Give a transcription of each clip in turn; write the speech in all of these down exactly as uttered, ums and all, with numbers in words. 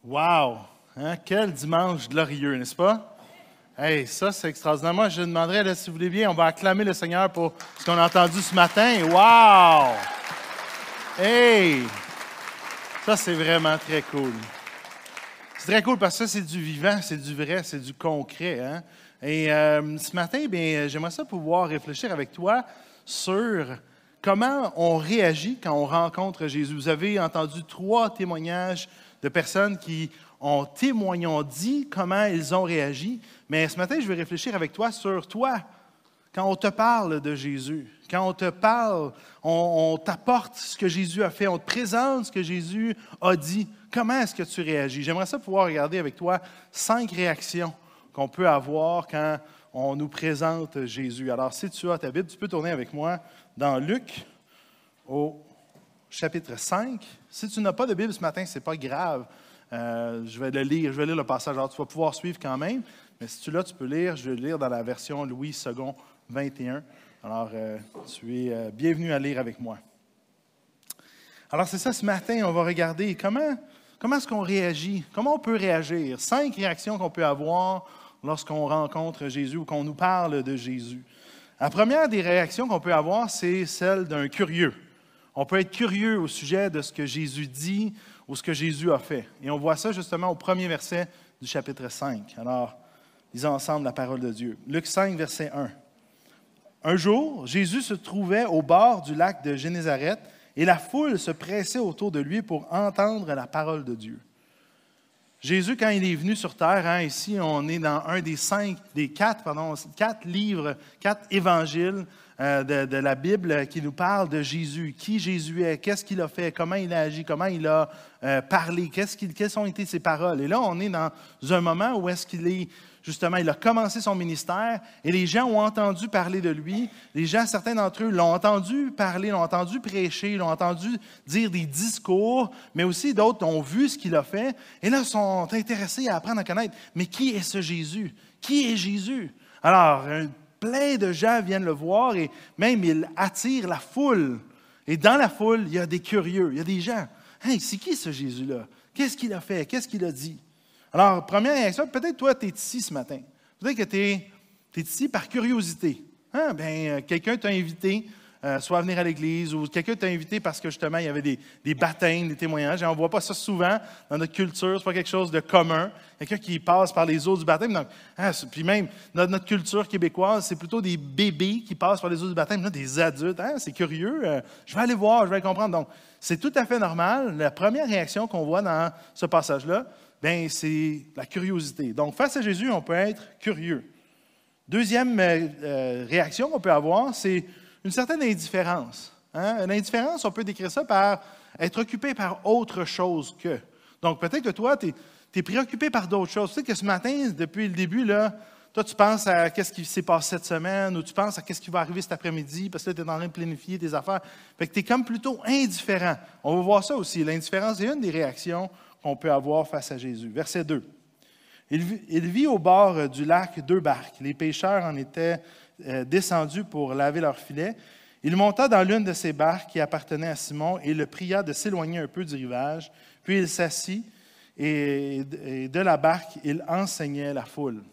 Wow! Hein? Quel dimanche glorieux, n'est-ce pas? Hey, ça, c'est extraordinaire. Moi, je demanderais, là, si vous voulez bien, on va acclamer le Seigneur pour ce qu'on a entendu ce matin. Wow! Hey! Ça, c'est vraiment très cool. C'est très cool parce que ça, c'est du vivant, c'est du vrai, c'est du concret. Hein? Et euh, ce matin, bien, j'aimerais ça pouvoir réfléchir avec toi sur comment on réagit quand on rencontre Jésus. Vous avez entendu trois témoignages de personnes qui ont témoigné, ont dit comment ils ont réagi. Mais ce matin, je vais réfléchir avec toi sur toi. Quand on te parle de Jésus, quand on te parle, on, on t'apporte ce que Jésus a fait, on te présente ce que Jésus a dit, comment est-ce que tu réagis? J'aimerais ça pouvoir regarder avec toi cinq réactions qu'on peut avoir quand on nous présente Jésus. Alors, si tu as ta Bible, tu peux tourner avec moi dans Luc, au chapitre cinq. Si tu n'as pas de Bible ce matin, ce n'est pas grave. Euh, je vais le lire, je vais lire le passage. Alors, tu vas pouvoir suivre quand même. Mais si tu l'as, tu peux lire. Je vais le lire dans la version Louis second vingt et un. Alors, euh, tu es euh, bienvenu à lire avec moi. Alors, c'est ça, ce matin, on va regarder comment, comment est-ce qu'on réagit, comment on peut réagir. Cinq réactions qu'on peut avoir lorsqu'on rencontre Jésus ou qu'on nous parle de Jésus. La première des réactions qu'on peut avoir, c'est celle d'un curieux. On peut être curieux au sujet de ce que Jésus dit ou ce que Jésus a fait. Et on voit ça justement au premier verset du chapitre cinq. Alors, lisons ensemble la parole de Dieu. Luc cinq, verset un. Un jour, Jésus se trouvait au bord du lac de Génézareth et la foule se pressait autour de lui pour entendre la parole de Dieu. Jésus, quand il est venu sur terre, hein, ici, on est dans un des cinq, des quatre, pardon, quatre livres, quatre évangiles euh, de, de la Bible qui nous parlent de Jésus, qui Jésus est, qu'est-ce qu'il a fait, comment il a agi, comment il a euh, parlé, qu'est-ce qu'il, quelles ont été ses paroles. Et là, on est dans un moment où est-ce qu'il est, justement, il a commencé son ministère et les gens ont entendu parler de lui. Les gens, certains d'entre eux l'ont entendu parler, l'ont entendu prêcher, l'ont entendu dire des discours, mais aussi d'autres ont vu ce qu'il a fait. Et là, ils sont intéressés à apprendre à connaître. Mais qui est ce Jésus? Qui est Jésus? Alors, plein de gens viennent le voir et même il attire la foule. Et dans la foule, il y a des curieux, il y a des gens. Hey, c'est qui ce Jésus-là? Qu'est-ce qu'il a fait? Qu'est-ce qu'il a dit? Alors, première réaction, peut-être toi, tu es ici ce matin. Peut-être que tu es, tu es ici par curiosité. Hein? Bien, quelqu'un t'a invité, euh, soit à venir à l'église, ou quelqu'un t'a invité parce que justement, il y avait des, des baptêmes, des témoignages. Et on ne voit pas ça souvent dans notre culture, ce n'est pas quelque chose de commun. Quelqu'un qui passe par les eaux du baptême. Donc, hein, puis même, dans notre culture québécoise, c'est plutôt des bébés qui passent par les eaux du baptême, là, des adultes. Hein? C'est curieux. Euh, je vais aller voir, je vais comprendre. Donc, c'est tout à fait normal. La première réaction qu'on voit dans ce passage-là, bien, c'est la curiosité. Donc, face à Jésus, on peut être curieux. Deuxième euh, réaction qu'on peut avoir, c'est une certaine indifférence. Hein? L'indifférence, on peut décrire ça par être occupé par autre chose que. Donc, peut-être que toi, tu es préoccupé par d'autres choses. Tu sais que ce matin, depuis le début, là, toi, tu penses à ce qui s'est passé cette semaine ou tu penses à ce qui va arriver cet après-midi parce que là, tu es en train de planifier tes affaires. Fait que tu es comme plutôt indifférent. On va voir ça aussi. L'indifférence est une des réactions qu'on peut avoir face à Jésus. Verset deux. Il vit, il vit au bord du lac deux barques. Les pêcheurs en étaient euh, descendus pour laver leurs filets. Il monta dans l'une de ces barques qui appartenait à Simon et le pria de s'éloigner un peu du rivage. Puis il s'assit et, et de la barque, il enseignait la foule.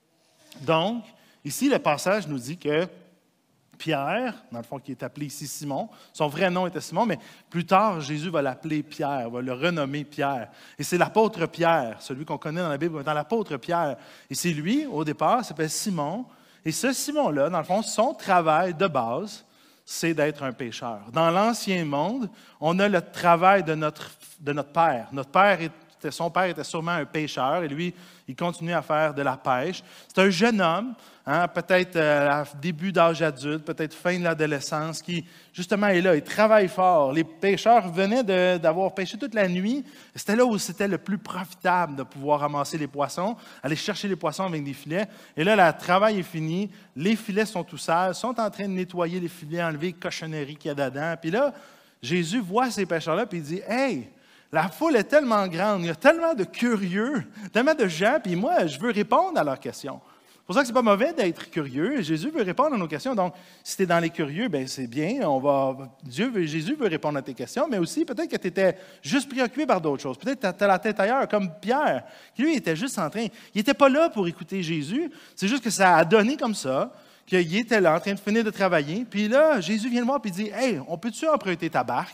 Donc, ici, le passage nous dit que Pierre, dans le fond, qui est appelé ici Simon, son vrai nom était Simon, mais plus tard, Jésus va l'appeler Pierre, va le renommer Pierre. Et c'est l'apôtre Pierre, celui qu'on connaît dans la Bible, dans l'apôtre Pierre. Et c'est lui, au départ, s'appelle Simon. Et ce Simon-là, dans le fond, son travail de base, c'est d'être un pêcheur. Dans l'Ancien monde, on a le travail de notre, de notre père. Notre père était, son père était sûrement un pêcheur, et lui, il continue à faire de la pêche. C'est un jeune homme, hein, peut-être euh, début d'âge adulte, peut-être fin de l'adolescence, qui justement est là, il travaille fort. Les pêcheurs venaient de, d'avoir pêché toute la nuit. C'était là où c'était le plus profitable de pouvoir ramasser les poissons, aller chercher les poissons avec des filets. Et là, le travail est fini, les filets sont tout sales, sont en train de nettoyer les filets, enlever les cochonneries qu'il y a dedans. Puis là, Jésus voit ces pêcheurs-là, puis il dit « Hey! » La foule est tellement grande, il y a tellement de curieux, tellement de gens, puis moi, je veux répondre à leurs questions. C'est pour ça que ce n'est pas mauvais d'être curieux. Jésus veut répondre à nos questions. Donc, si tu es dans les curieux, bien, c'est bien. On va, Dieu veut, Jésus veut répondre à tes questions, mais aussi peut-être que tu étais juste préoccupé par d'autres choses. Peut-être que tu as la tête ailleurs, comme Pierre, qui lui était juste en train. Il n'était pas là pour écouter Jésus. C'est juste que ça a donné comme ça, qu'il était là en train de finir de travailler. Puis là, Jésus vient le voir et dit, « Hey, on peut-tu emprunter ta barque? »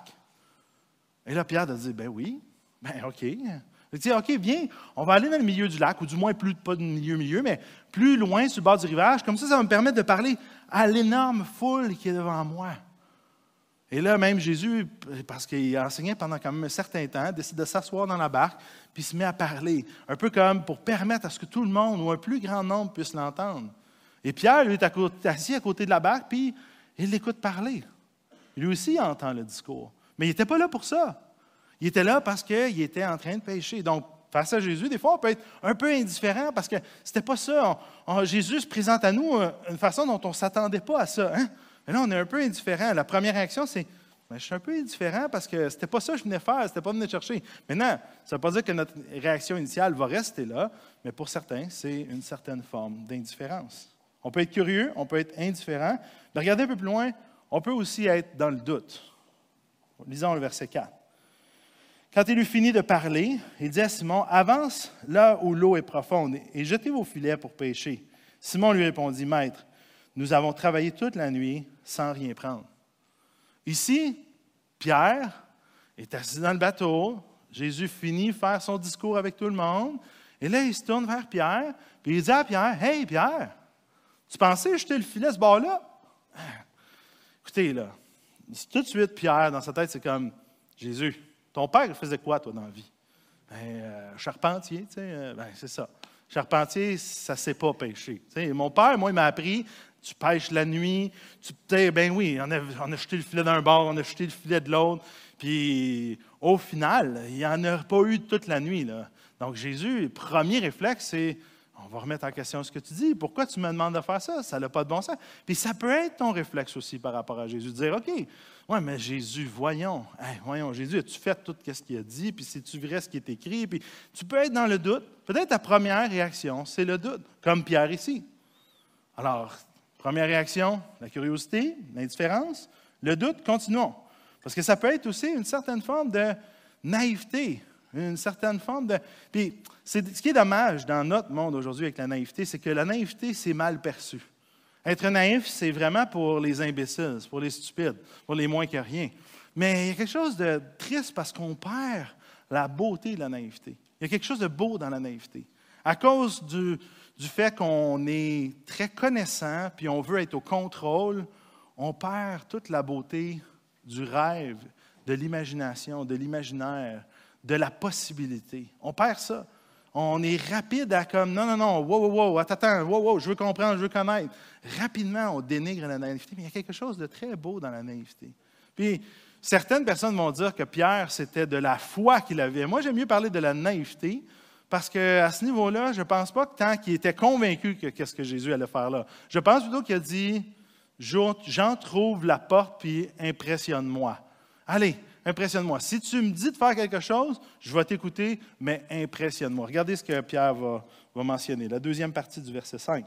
Et là, Pierre a dit, « Ben oui, ben OK. » Il dit, OK, viens, on va aller dans le milieu du lac, ou du moins plus, pas de milieu-milieu, mais plus loin sur le bord du rivage. Comme ça, ça va me permettre de parler à l'énorme foule qui est devant moi. Et là, même Jésus, parce qu'il enseignait pendant quand même un certain temps, décide de s'asseoir dans la barque, puis se met à parler, un peu comme pour permettre à ce que tout le monde, ou un plus grand nombre, puisse l'entendre. Et Pierre, lui, est à côté, assis à côté de la barque, puis il l'écoute parler. Lui aussi, il entend le discours. Mais il n'était pas là pour ça. Il était là parce qu'il était en train de pécher. Donc, face à Jésus, des fois, on peut être un peu indifférent parce que c'était pas ça. On, on, Jésus se présente à nous une façon dont on ne s'attendait pas à ça. Hein? Mais là, on est un peu indifférent. La première réaction, c'est ben, « je suis un peu indifférent parce que c'était pas ça que je venais faire, c'était pas venir chercher. » Maintenant, ça ne veut pas dire que notre réaction initiale va rester là, mais pour certains, c'est une certaine forme d'indifférence. On peut être curieux, on peut être indifférent. Mais regardez un peu plus loin, on peut aussi être dans le doute. Lisons le verset quatre. Quand il eut fini de parler, il dit à Simon, « Avance là où l'eau est profonde et jetez vos filets pour pêcher. » Simon lui répondit, « Maître, nous avons travaillé toute la nuit sans rien prendre. » Ici, Pierre est assis dans le bateau. Jésus finit de faire son discours avec tout le monde. Et là, il se tourne vers Pierre, puis il dit à Pierre, « Hey, Pierre, tu pensais jeter le filet ce bord-là? » Écoutez, là, tout de suite, Pierre, dans sa tête, c'est comme, « Jésus, ton père, il faisait quoi, toi, dans la vie? » Ben, euh, charpentier, tu sais, euh, ben, c'est ça. Charpentier, ça ne sait pas pêcher. Tu sais, mon père, moi, il m'a appris, tu pêches la nuit, tu ben oui, on a, on a jeté le filet d'un bord, on a jeté le filet de l'autre, puis au final, il n'y en a pas eu toute la nuit, là. Donc, Jésus, le premier réflexe, c'est, on va remettre en question ce que tu dis. Pourquoi tu me demandes de faire ça? Ça n'a pas de bon sens. Puis ça peut être ton réflexe aussi par rapport à Jésus, de dire, OK, oui, mais Jésus, voyons, hey, voyons, Jésus, as-tu fait tout ce qu'il a dit, puis c'est-tu vrai ce qui est écrit? Puis tu peux être dans le doute. Peut-être ta première réaction, c'est le doute, comme Pierre ici. Alors, première réaction, la curiosité, l'indifférence, le doute, continuons. Parce que ça peut être aussi une certaine forme de naïveté, une certaine forme de... Puis, c'est, ce qui est dommage dans notre monde aujourd'hui avec la naïveté, c'est que la naïveté, c'est mal perçu. Être naïf, c'est vraiment pour les imbéciles, pour les stupides, pour les moins que rien. Mais il y a quelque chose de triste parce qu'on perd la beauté de la naïveté. Il y a quelque chose de beau dans la naïveté. À cause du, du fait qu'on est très connaissant puis on veut être au contrôle, on perd toute la beauté du rêve, de l'imagination, de l'imaginaire, de la possibilité. On perd ça. On est rapide à comme, non, non, non, wow, wow, wow, attends, attends, wow, wow, je veux comprendre, je veux connaître. Rapidement, on dénigre la naïveté, mais il y a quelque chose de très beau dans la naïveté. Puis, certaines personnes vont dire que Pierre, c'était de la foi qu'il avait. Moi, j'aime mieux parler de la naïveté, parce qu'à ce niveau-là, je ne pense pas que tant qu'il était convaincu que qu'est-ce que Jésus allait faire là. Je pense plutôt qu'il a dit, j'en trouve la porte, puis impressionne-moi. Allez, impressionne-moi. Si tu me dis de faire quelque chose, je vais t'écouter, mais impressionne-moi. Regardez ce que Pierre va, va mentionner, la deuxième partie du verset cinq.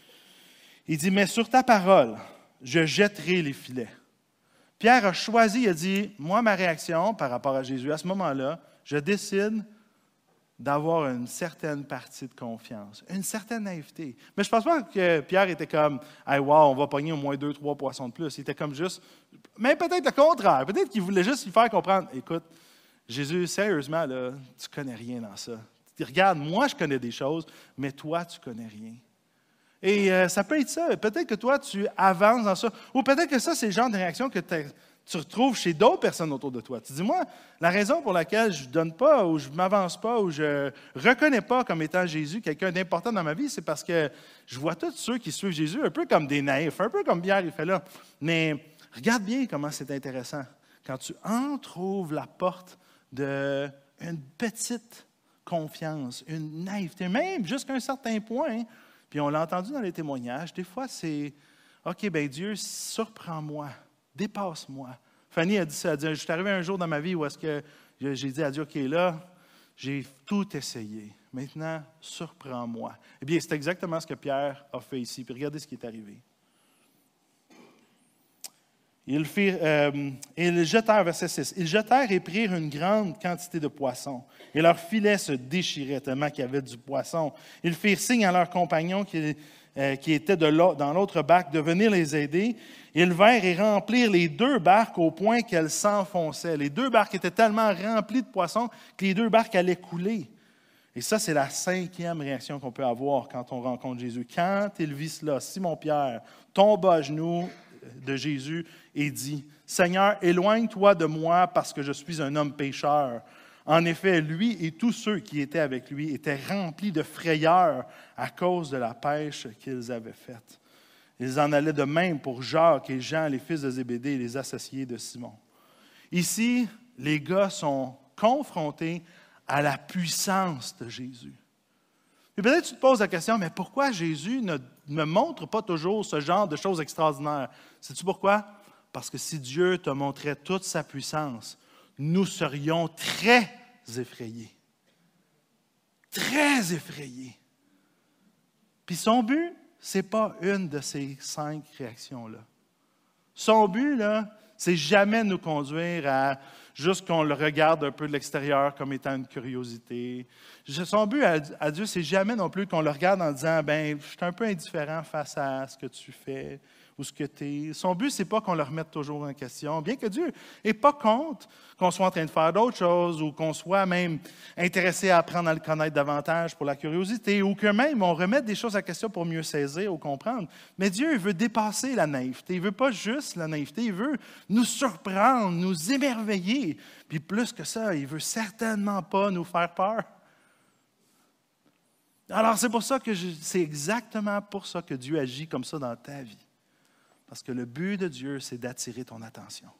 Il dit, « Mais sur ta parole, je jetterai les filets. » Pierre a choisi, il a dit, « Moi, ma réaction par rapport à Jésus, à ce moment-là, je décide d'avoir une certaine partie de confiance, une certaine naïveté. » Mais je ne pense pas que Pierre était comme, « Hey, wow, on va pogner au moins deux, trois poissons de plus. » Il était comme juste, mais peut-être le contraire. Peut-être qu'il voulait juste lui faire comprendre, « Écoute, Jésus, sérieusement, là, tu ne connais rien dans ça. Regarde, moi, je connais des choses, mais toi, tu ne connais rien. » Et euh, ça peut être ça. Peut-être que toi, tu avances dans ça. Ou peut-être que ça, c'est le genre de réaction que tu retrouves chez d'autres personnes autour de toi. Tu dis, moi, la raison pour laquelle je ne donne pas, ou je ne m'avance pas, ou je ne reconnais pas comme étant Jésus quelqu'un d'important dans ma vie, c'est parce que je vois tous ceux qui suivent Jésus un peu comme des naïfs, un peu comme Pierre il fait là. Mais regarde bien comment c'est intéressant. Quand tu entrouvres la porte d'une petite confiance, une naïveté, même jusqu'à un certain point, hein, puis on l'a entendu dans les témoignages, des fois c'est « OK, bien Dieu, surprends-moi, dépasse-moi. » Fanny a dit ça, elle a dit « Je suis arrivé un jour dans ma vie où est-ce que j'ai dit à Dieu, OK, là, j'ai tout essayé. Maintenant, surprends-moi. Eh bien, c'est exactement ce que Pierre a fait ici. Puis regardez ce qui est arrivé. Ils firent, euh, ils jetèrent, verset six, ils jetèrent et prirent une grande quantité de poissons. Et leurs filets se déchiraient tellement qu'il y avait du poisson. Ils firent signe à leurs compagnons qui, euh, qui étaient de dans l'autre barque de venir les aider. Ils vinrent et remplirent les deux barques au point qu'elles s'enfonçaient. Les deux barques étaient tellement remplies de poissons que les deux barques allaient couler. Et ça, c'est la cinquième réaction qu'on peut avoir quand on rencontre Jésus. Quand il vit cela, Simon-Pierre tombe à genoux de Jésus et dit, « Seigneur, éloigne-toi de moi parce que je suis un homme pécheur. » En effet, lui et tous ceux qui étaient avec lui étaient remplis de frayeur à cause de la pêche qu'ils avaient faite. Ils en allaient de même pour Jacques et Jean, les fils de Zébédée et les associés de Simon. Ici, les gars sont confrontés à la puissance de Jésus. Et peut-être que tu te poses la question, mais pourquoi Jésus ne me montre pas toujours ce genre de choses extraordinaires? Sais-tu pourquoi? Parce que si Dieu te montrait toute sa puissance, nous serions très effrayés. Très effrayés. Puis son but, ce n'est pas une de ces cinq réactions-là. Son but, là, c'est jamais nous conduire à juste qu'on le regarde un peu de l'extérieur comme étant une curiosité. Son but à, à Dieu, c'est jamais non plus qu'on le regarde en disant, ben, je suis un peu indifférent face à ce que tu fais ou ce que tu es. Son but, c'est pas qu'on le remette toujours en question, bien que Dieu n'est pas contre qu'on soit en train de faire d'autres choses ou qu'on soit même intéressé à apprendre à le connaître davantage pour la curiosité ou que même on remette des choses en question pour mieux saisir ou comprendre. Mais Dieu il veut dépasser la naïveté. Il ne veut pas juste la naïveté, il veut nous surprendre, nous émerveiller. Puis plus que ça, il ne veut certainement pas nous faire peur. Alors c'est pour ça que je, c'est exactement pour ça que Dieu agit comme ça dans ta vie. Parce que le but de Dieu, c'est d'attirer ton attention.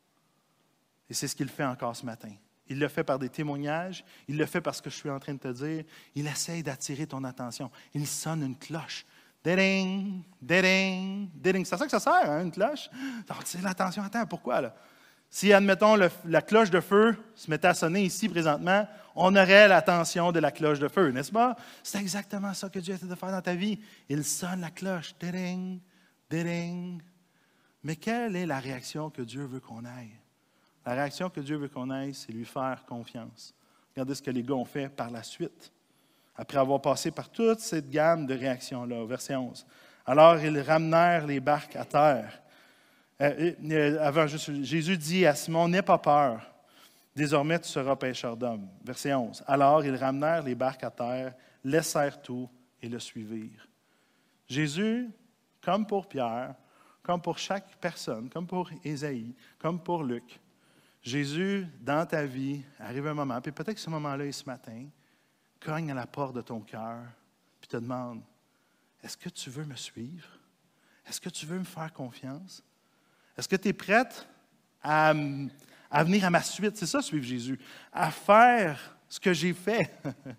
Et c'est ce qu'il fait encore ce matin. Il le fait par des témoignages, il le fait par ce que je suis en train de te dire. Il essaye d'attirer ton attention. Il sonne une cloche. Ding, ding, ding. C'est à ça que ça sert, hein, une cloche? Donc, tu sais, l'attention, attends, pourquoi là? Si, admettons, le, la cloche de feu se mettait à sonner ici présentement, on aurait l'attention de la cloche de feu, n'est-ce pas? C'est exactement ça que Dieu essaie de faire dans ta vie. Il sonne la cloche. Ding, ding. Mais quelle est la réaction que Dieu veut qu'on aille? La réaction que Dieu veut qu'on aille, c'est lui faire confiance. Regardez ce que les gars ont fait par la suite. Après avoir passé par toute cette gamme de réactions-là, au verset onze. Alors, ils ramenèrent les barques à terre. Euh, euh, avant, juste, Jésus dit à Simon, « N'aie pas peur, désormais tu seras pêcheur d'hommes. » Verset onze. Alors, ils ramenèrent les barques à terre, laissèrent tout et le suivirent. Jésus, comme pour Pierre, comme pour chaque personne, comme pour Ésaïe, comme pour Luc, Jésus, dans ta vie, arrive un moment, puis peut-être que ce moment-là est ce matin, cogne à la porte de ton cœur, puis te demande, est-ce que tu veux me suivre? Est-ce que tu veux me faire confiance? Est-ce que tu es prête à, à venir à ma suite? C'est ça, suivre Jésus. À faire ce que j'ai fait,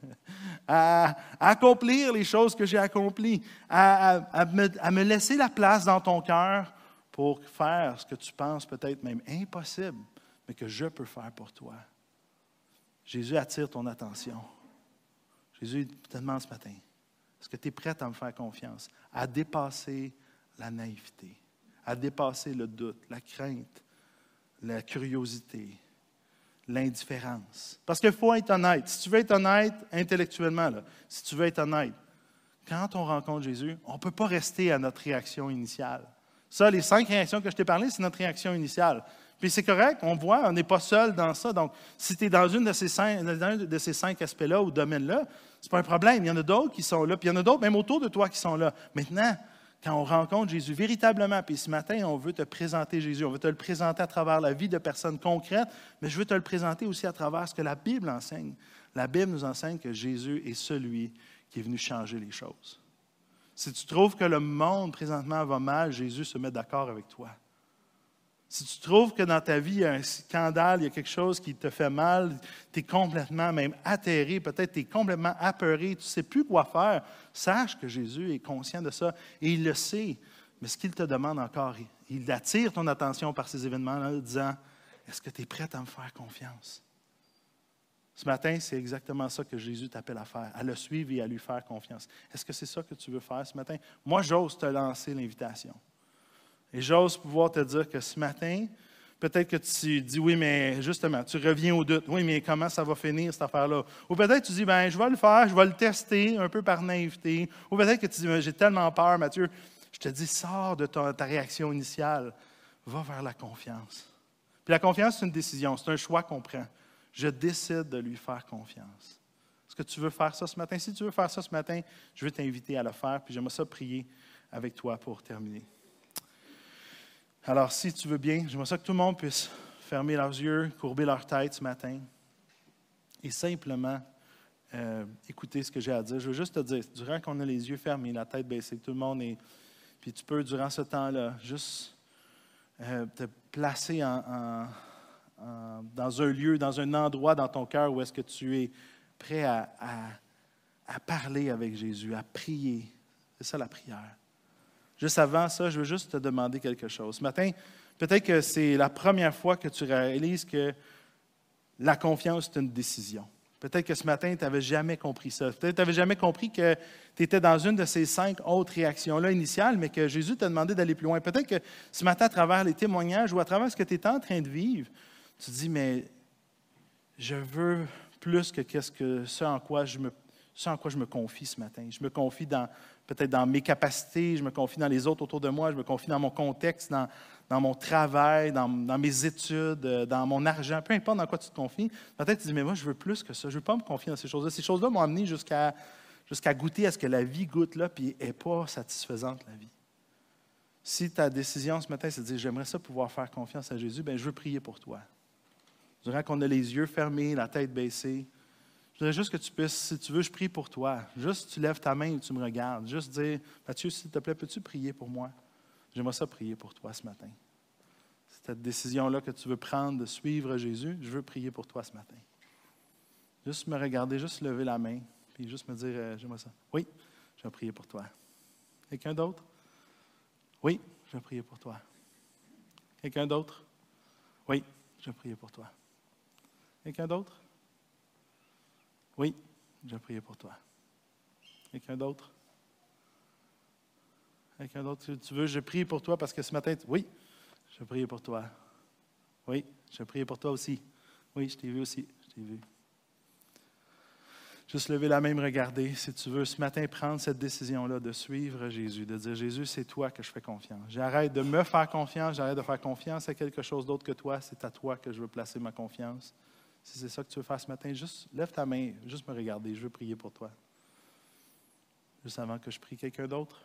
à, à accomplir les choses que j'ai accomplies, à, à, à, me, à me laisser la place dans ton cœur pour faire ce que tu penses peut-être même impossible, mais que je peux faire pour toi. Jésus attire ton attention. Jésus te demande ce matin, est-ce que tu es prête à me faire confiance, à dépasser la naïveté, à dépasser le doute, la crainte, la curiosité, l'indifférence. Parce qu'il faut être honnête. Si tu veux être honnête intellectuellement, là, si tu veux être honnête, quand on rencontre Jésus, on ne peut pas rester à notre réaction initiale. Ça, les cinq réactions que je t'ai parlé, c'est notre réaction initiale. Puis c'est correct, on voit, on n'est pas seul dans ça. Donc, si tu es dans une de ces cinq, dans un de ces cinq aspects-là ou domaines-là, c'est pas un problème. Il y en a d'autres qui sont là, puis il y en a d'autres même autour de toi qui sont là. Maintenant, quand on rencontre Jésus véritablement, puis ce matin, on veut te présenter Jésus, on veut te le présenter à travers la vie de personnes concrètes, mais je veux te le présenter aussi à travers ce que la Bible enseigne. La Bible nous enseigne que Jésus est celui qui est venu changer les choses. Si tu trouves que le monde présentement va mal, Jésus se met d'accord avec toi. Si tu trouves que dans ta vie, il y a un scandale, il y a quelque chose qui te fait mal, tu es complètement même atterré, peut-être tu es complètement apeuré, tu ne sais plus quoi faire, sache que Jésus est conscient de ça et il le sait. Mais ce qu'il te demande encore, il attire ton attention par ces événements-là en disant, est-ce que tu es prête à me faire confiance? Ce matin, c'est exactement ça que Jésus t'appelle à faire, à le suivre et à lui faire confiance. Est-ce que c'est ça que tu veux faire ce matin? Moi, j'ose te lancer l'invitation. Et j'ose pouvoir te dire que ce matin, peut-être que tu dis, oui, mais justement, tu reviens au doute. Oui, mais comment ça va finir cette affaire-là? Ou peut-être que tu dis, bien, je vais le faire, je vais le tester un peu par naïveté. Ou peut-être que tu dis, j'ai tellement peur, Mathieu. Je te dis, sors de ta, ta réaction initiale. Va vers la confiance. Puis la confiance, c'est une décision, c'est un choix qu'on prend. Je décide de lui faire confiance. Est-ce que tu veux faire ça ce matin? Si tu veux faire ça ce matin, je veux t'inviter à le faire, puis j'aimerais ça prier avec toi pour terminer. Alors, si tu veux bien, j'aimerais ça que tout le monde puisse fermer leurs yeux, courber leur tête ce matin et simplement euh, écouter ce que j'ai à dire. Je veux juste te dire, durant qu'on a les yeux fermés, la tête baissée, tout le monde est... Puis tu peux, durant ce temps-là, juste euh, te placer en... en dans un lieu, dans un endroit dans ton cœur où est-ce que tu es prêt à, à, à parler avec Jésus, à prier. C'est ça la prière. Juste avant ça, je veux juste te demander quelque chose. Ce matin, peut-être que c'est la première fois que tu réalises que la confiance, c'est une décision. Peut-être que ce matin, tu n'avais jamais compris ça. Peut-être que tu n'avais jamais compris que tu étais dans une de ces cinq autres réactions-là initiales, mais que Jésus t'a demandé d'aller plus loin. Peut-être que ce matin, à travers les témoignages ou à travers ce que tu étais en train de vivre, tu te dis, mais je veux plus que, qu'est-ce que ce, en quoi je me, ce en quoi je me confie ce matin. Je me confie dans, peut-être dans mes capacités, je me confie dans les autres autour de moi, je me confie dans mon contexte, dans, dans mon travail, dans, dans mes études, dans mon argent, peu importe dans quoi tu te confies. Peut-être que tu dis, mais moi, je veux plus que ça. Je ne veux pas me confier dans ces choses-là. Ces choses-là m'ont amené jusqu'à, jusqu'à goûter à ce que la vie goûte là, puis n'est pas satisfaisante, la vie. Si ta décision ce matin, c'est de dire, j'aimerais ça pouvoir faire confiance à Jésus, bien, je veux prier pour toi. Durant qu'on a les yeux fermés, la tête baissée, je voudrais juste que tu puisses, si tu veux, je prie pour toi. Juste, tu lèves ta main et tu me regardes. Juste dire, Mathieu, s'il te plaît, peux-tu prier pour moi? J'aimerais ça prier pour toi ce matin. C'est cette décision-là que tu veux prendre de suivre Jésus. Je veux prier pour toi ce matin. Juste me regarder, juste lever la main, puis juste me dire, euh, j'aimerais ça. Oui, je vais prier pour toi. Quelqu'un d'autre? Oui, je vais prier pour toi. Quelqu'un d'autre? Oui, je vais prier pour toi. Quelqu'un d'autre? Oui, je vais prier pour toi. Quelqu'un d'autre? Quelqu'un d'autre? Tu veux, je prie pour toi parce que ce matin, oui, je vais prier pour toi. Oui, je vais prier pour toi aussi. Oui, je t'ai vu aussi, je t'ai vu. Juste lever la main, me regarder. Si tu veux, ce matin, prendre cette décision-là de suivre Jésus, de dire, Jésus, c'est toi que je fais confiance. J'arrête de me faire confiance, j'arrête de faire confiance à quelque chose d'autre que toi. C'est à toi que je veux placer ma confiance. Si c'est ça que tu veux faire ce matin, juste lève ta main, juste me regarder. Je veux prier pour toi. Juste avant que je prie quelqu'un d'autre.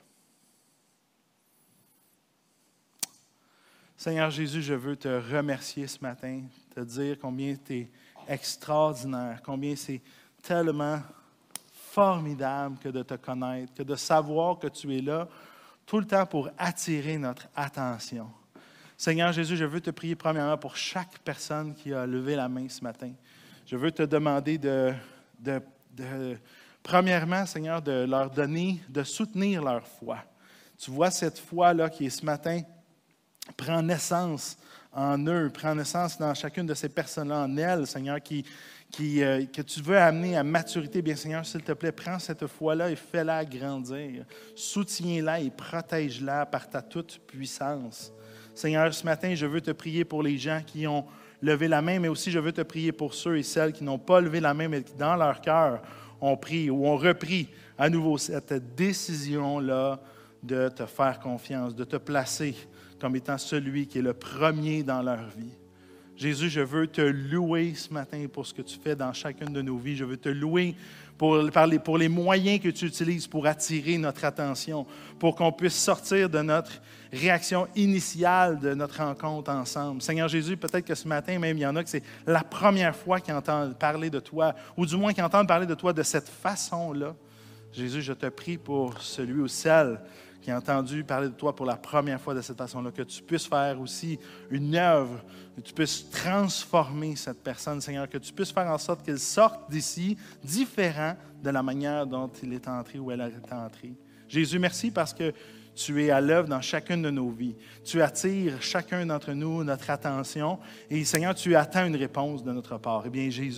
Seigneur Jésus, je veux te remercier ce matin, te dire combien tu es extraordinaire, combien c'est tellement formidable que de te connaître, que de savoir que tu es là tout le temps pour attirer notre attention. Seigneur Jésus, je veux te prier premièrement pour chaque personne qui a levé la main ce matin. Je veux te demander de, de, de premièrement, Seigneur, de leur donner, de soutenir leur foi. Tu vois cette foi-là qui est ce matin, prend naissance en eux, prend naissance dans chacune de ces personnes-là, en elles, Seigneur, qui, qui, euh, que tu veux amener à maturité. Bien, Seigneur, s'il te plaît, prends cette foi-là et fais-la grandir. Soutiens-la et protège-la par ta toute puissance. Seigneur, ce matin, je veux te prier pour les gens qui ont levé la main, mais aussi je veux te prier pour ceux et celles qui n'ont pas levé la main, mais qui, dans leur cœur, ont pris ou ont repris à nouveau cette décision-là de te faire confiance, de te placer comme étant celui qui est le premier dans leur vie. Jésus, je veux te louer ce matin pour ce que tu fais dans chacune de nos vies. Je veux te louer pour, par les, pour les moyens que tu utilises pour attirer notre attention, pour qu'on puisse sortir de notre réaction initiale de notre rencontre ensemble. Seigneur Jésus, peut-être que ce matin, même, il y en a que c'est la première fois qu'ils entendent parler de toi, ou du moins qu'ils entendent parler de toi de cette façon-là. Jésus, je te prie pour celui ou celle qui a entendu parler de toi pour la première fois de cette façon-là, que tu puisses faire aussi une œuvre, que tu puisses transformer cette personne, Seigneur, que tu puisses faire en sorte qu'elle sorte d'ici différent de la manière dont il est entré ou elle est entrée. Jésus, merci parce que tu es à l'œuvre dans chacune de nos vies. Tu attires chacun d'entre nous notre attention et, Seigneur, tu attends une réponse de notre part. Eh bien, Jésus,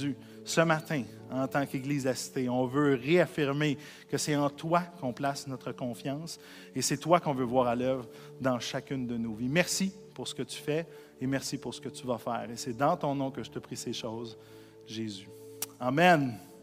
ce matin, en tant qu'Église de la Cité, on veut réaffirmer que c'est en toi qu'on place notre confiance et c'est toi qu'on veut voir à l'œuvre dans chacune de nos vies. Merci pour ce que tu fais et merci pour ce que tu vas faire. Et c'est dans ton nom que je te prie ces choses, Jésus. Amen.